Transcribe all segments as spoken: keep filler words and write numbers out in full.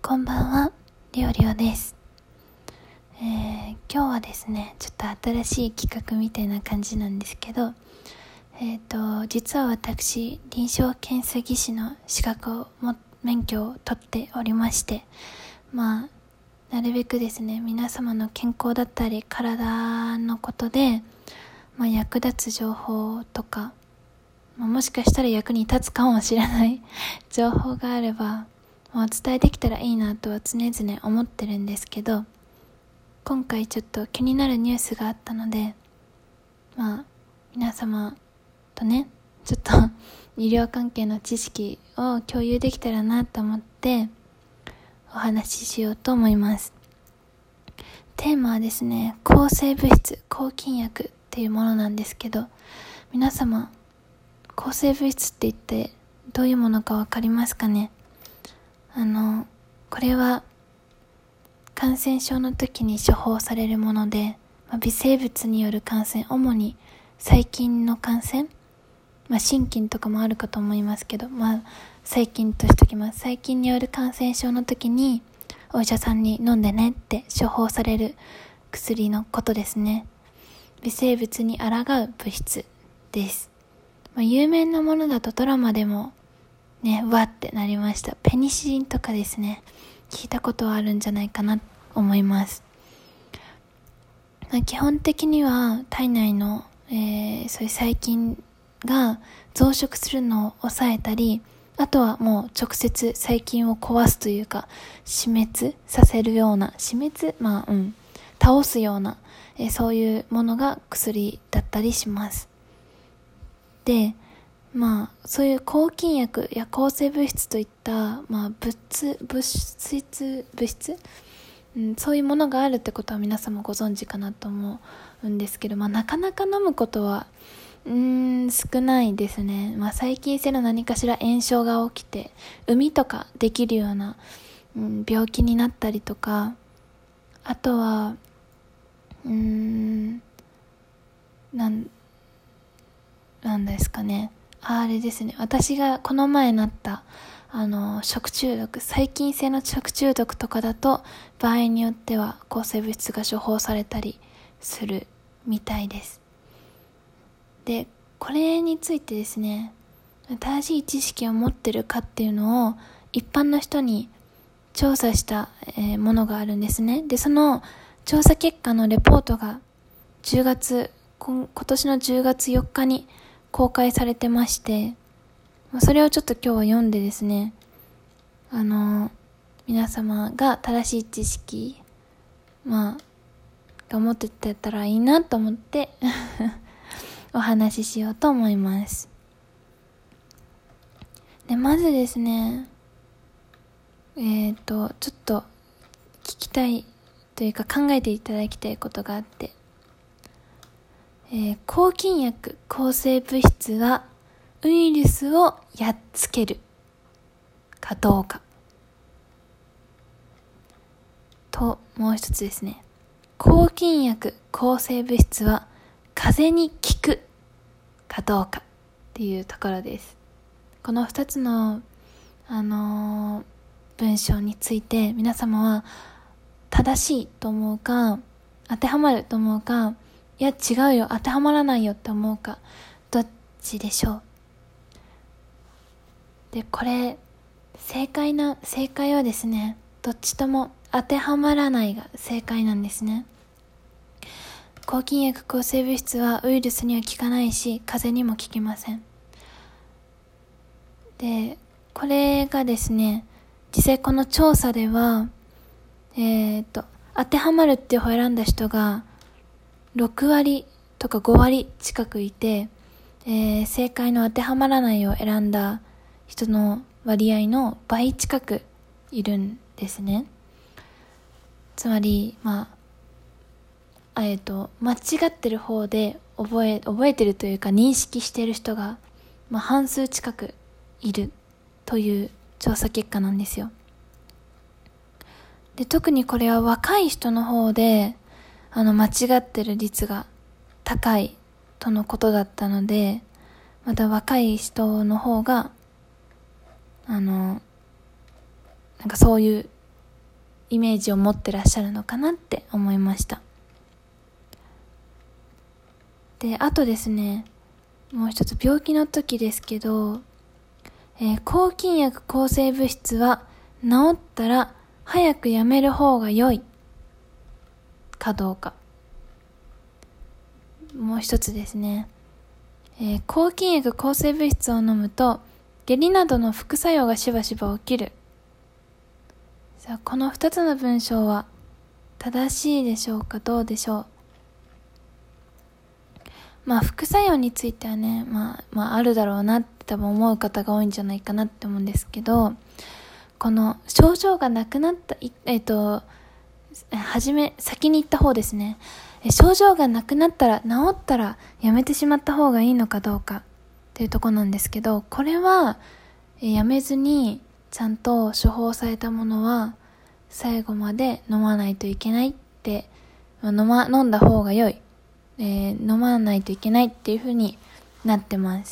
こんばんは、りょうりょうです、えー、今日はですねちょっと新しい企画みたいな感じなんですけど、えーと実は私臨床検査技師の資格をも免許を取っておりまして、まあなるべくですね皆様の健康だったり体のことで、まあ、役立つ情報とか、まあ、もしかしたら役に立つかもしれない情報があればお伝えできたらいいなとは常々思ってるんですけど、今回ちょっと気になるニュースがあったので、まあ皆様とねちょっと医療関係の知識を共有できたらなと思ってお話ししようと思います。テーマはですね、抗生物質、抗菌薬っていうものなんですけど、皆様抗生物質って言ってどういうものかわかりますかね。あのこれは感染症の時に処方されるもので、まあ、微生物による感染、主に細菌の感染、まあ、真菌とかもあるかと思いますけど、まあ細菌としときます。細菌による感染症の時にお医者さんに飲んでねって処方される薬のことですね。微生物に抗う物質です。まあ、有名なものだとドラマでもね、わってなりました。ペニシリンとかですね、聞いたことはあるんじゃないかなと思います。まあ、基本的には体内の、えー、そういう細菌が増殖するのを抑えたり、あとはもう直接細菌を壊すというか死滅させるような、死滅まあうん倒すような、えー、そういうものが薬だったりします。でまあそういう抗菌薬や抗生物質といった、まあ、物物質物質、うん、そういうものがあるってことは皆さんもご存知かなと思うんですけど、まあ、なかなか飲むことはうーん少ないですね。まあ、細菌性の何かしら炎症が起きて膿とかできるような、うん、病気になったりとか、あとはうーんなんなんですかね、あれですね、私がこの前なったあの食中毒、細菌性の食中毒とかだと場合によっては抗生物質が処方されたりするみたいです。でこれについてですね、正しい知識を持ってるかっていうのを一般の人に調査した、えー、ものがあるんですね。でその調査結果のレポートがじゅうがつ今年のじゅうがつよっかに公開されてまして、それをちょっと今日は読んでですね、あの皆様が正しい知識まあが持ってってたらいいなと思ってお話ししようと思います。でまずですね、えっとちょっと聞きたいというか考えていただきたいことがあって、えー、抗菌薬、抗生物質がウイルスをやっつけるかどうかと、もう一つですね、抗菌薬、抗生物質は風邪に効くかどうかっていうところです。この二つの、あのー、文章について皆様は正しいと思うか、当てはまると思うか、いや違うよ、当てはまらないよって思うか、どっちでしょう。でこれ正解な正解はですね、どっちとも当てはまらないが正解なんですね。抗菌薬、抗生物質はウイルスには効かないし、風邪にも効きません。でこれがですね、実際この調査ではえーと当てはまるっていう方を選んだ人がろくわりとかごわり近くいて、えー、正解の当てはまらないを選んだ人の割合の倍近くいるんですね。つまりまあえっと間違ってる方で覚え覚えてるというか認識してる人が、まあ、半数近くいるという調査結果なんですよ。で特にこれは若い人の方であの間違ってる率が高いとのことだったので、また若い人の方があのなんかそういうイメージを持ってらっしゃるのかなって思いました。で、あとですね、もう一つ病気の時ですけど、えー、抗菌薬抗生物質は治ったら早くやめる方が良いかどうか。もう一つですね、えー、抗菌薬抗生物質を飲むと下痢などの副作用がしばしば起きる。さあ、この二つの文章は正しいでしょうか、どうでしょう。まあ副作用についてはね、まあ、まああるだろうなって多分思う方が多いんじゃないかなって思うんですけど、この症状がなくなった、えっと、はじめ、先に言った方ですね。症状がなくなったら、治ったらやめてしまった方がいいのかどうかっていうところなんですけど、これはやめずにちゃんと処方されたものは最後まで飲まないといけないって、飲ま、飲んだ方が良い。えー、飲まないといけないっていう風になってます。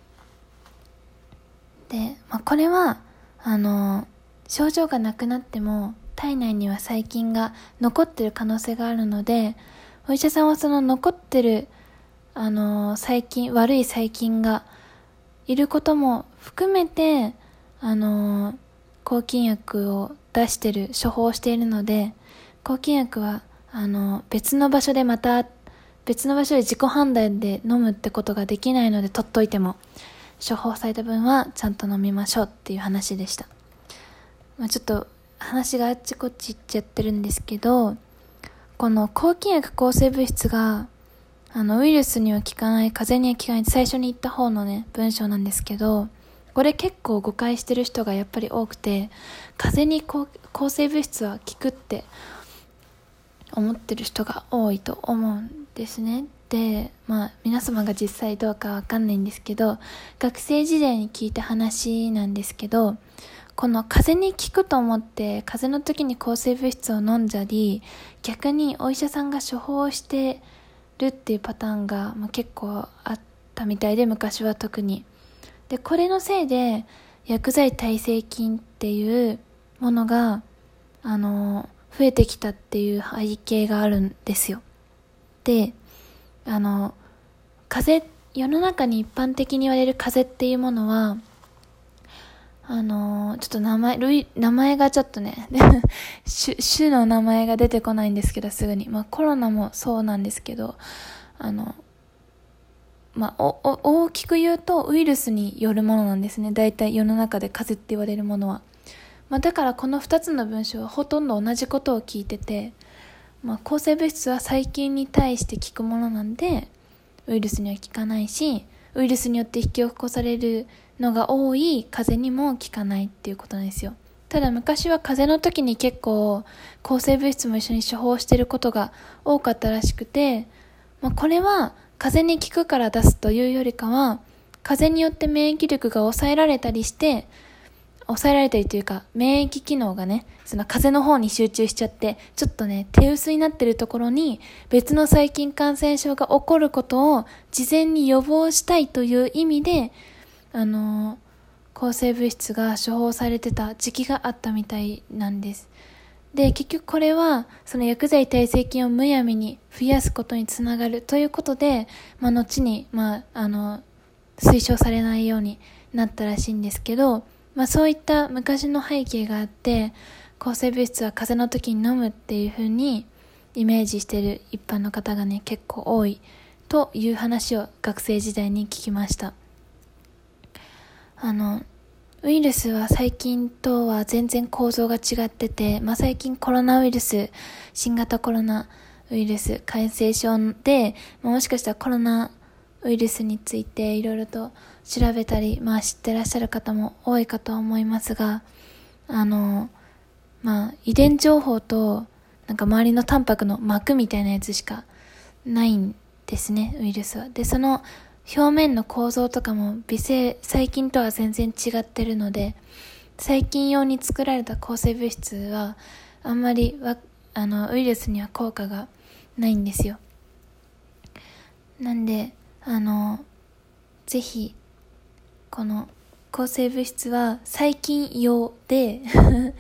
で、まあ、これはあの症状がなくなっても体内には細菌が残ってる可能性があるので、お医者さんはその残ってるあの細菌、悪い細菌がいることも含めてあの抗菌薬を出してる、処方しているので、抗菌薬はあの別の場所でまた別の場所で自己判断で飲むってことができないので、取っといても処方された分はちゃんと飲みましょうっていう話でした。まあ、ちょっと話があっちこっち行っちゃってるんですけど、この抗菌薬抗生物質があのウイルスには効かない、風邪には効かないって最初に言った方のね文章なんですけど、これ結構誤解してる人がやっぱり多くて、風邪に抗生物質は効くって思ってる人が多いと思うんですね。で、まあ皆様が実際どうかわかんないんですけど、学生時代に聞いた話なんですけど、この風邪に効くと思って風邪の時に抗生物質を飲んじゃり、逆にお医者さんが処方してるっていうパターンが、まあ、結構あったみたいで、昔は特に。で、これのせいで薬剤耐性菌っていうものがあの増えてきたっていう背景があるんですよ。で、あの風邪、世の中に一般的に言われる風邪っていうものは、あのちょっと名前類名前がちょっとね種, 種の名前が出てこないんですけど、すぐに、まあ、コロナもそうなんですけど、あのまあ、おお大きく言うとウイルスによるものなんですね。だいたい世の中で風邪って言われるものは。まあ、だからこのふたつの文章はほとんど同じことを聞いてて、まあ、抗生物質は細菌に対して効くものなんでウイルスには効かないし、ウイルスによって引き起こされるのが多い風邪にも効かないっていうことなんですよ。ただ昔は風邪の時に結構抗生物質も一緒に処方してることが多かったらしくて、まあ、これは風邪に効くから出すというよりかは、風邪によって免疫力が抑えられたりして抑えられたりというか、免疫機能がね、その風邪の方に集中しちゃって、ちょっとね、手薄になってるところに別の細菌感染症が起こることを事前に予防したいという意味で、あのー、抗生物質が処方されてた時期があったみたいなんです。で、結局これは、その薬剤耐性菌をむやみに増やすことにつながるということで、まあ、後に、まあ、あの、推奨されないようになったらしいんですけど、まあ、そういった昔の背景があって、抗生物質は風邪の時に飲むっていう風にイメージしている一般の方がね、結構多いという話を学生時代に聞きました。あのウイルスは細菌とは全然構造が違ってて、まあ、最近コロナウイルス、新型コロナウイルス感染症で、まあ、もしかしたらコロナウイルスについていろいろと調べたり、まあ知ってらっしゃる方も多いかと思いますが、あの、まあ遺伝情報となんか周りのタンパクの膜みたいなやつしかないんですね、ウイルスは。で、その表面の構造とかも微生、細菌とは全然違ってるので、細菌用に作られた抗生物質はあんまりわあのウイルスには効果がないんですよ。なんで、あのぜひこの抗生物質は細菌用で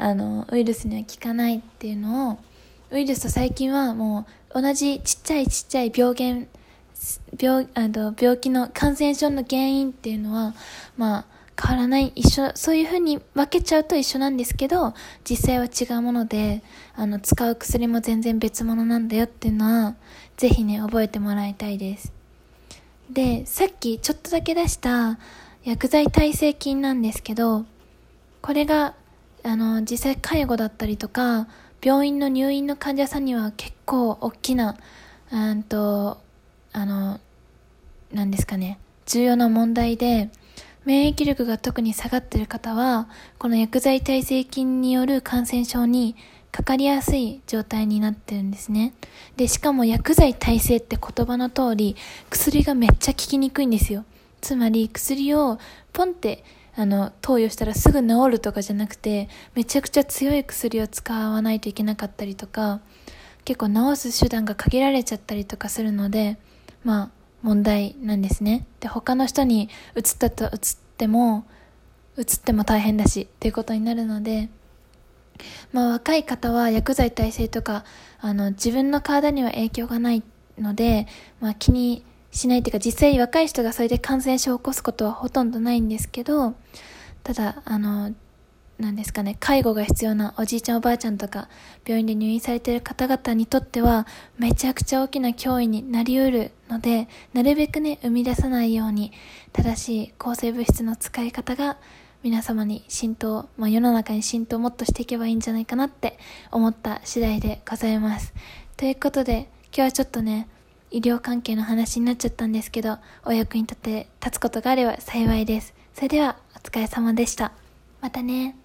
あのウイルスには効かないっていうのを、ウイルスと細菌はもう同じちっちゃいちっちゃい病原病あの病気の感染症の原因っていうのはまあ変わらない、一緒、そういう風に分けちゃうと一緒なんですけど、実際は違うもので、あの使う薬も全然別物なんだよっていうのはぜひね覚えてもらいたいです。で、さっきちょっとだけ出した薬剤耐性菌なんですけど、これがあの実際介護だったりとか病院の入院の患者さんには結構大きなうんとあのなんですかね重要な問題で、免疫力が特に下がっている方はこの薬剤耐性菌による感染症にかかりやすい状態になってるんですね。で、しかも薬剤耐性って言葉の通り薬がめっちゃ効きにくいんですよ。つまり薬をポンってあの投与したらすぐ治るとかじゃなくて、めちゃくちゃ強い薬を使わないといけなかったりとか、結構治す手段が限られちゃったりとかするので、まあ問題なんですね。で、他の人に移ったと移っても移っても大変だしっていうことになるので、まあ若い方は薬剤耐性とかあの自分の体には影響がないので、まあ気にしないというか、実際若い人がそれで感染症を起こすことはほとんどないんですけど、ただあのなんですかね、介護が必要なおじいちゃんおばあちゃんとか病院で入院されている方々にとってはめちゃくちゃ大きな脅威になりうるので、なるべくね生み出さないように正しい抗生物質の使い方が皆様に浸透、まあ、世の中に浸透をもっとしていけばいいんじゃないかなって思った次第でございます。ということで今日はちょっとね医療関係の話になっちゃったんですけど、お役に立て立つことがあれば幸いです。それではお疲れ様でした。またね。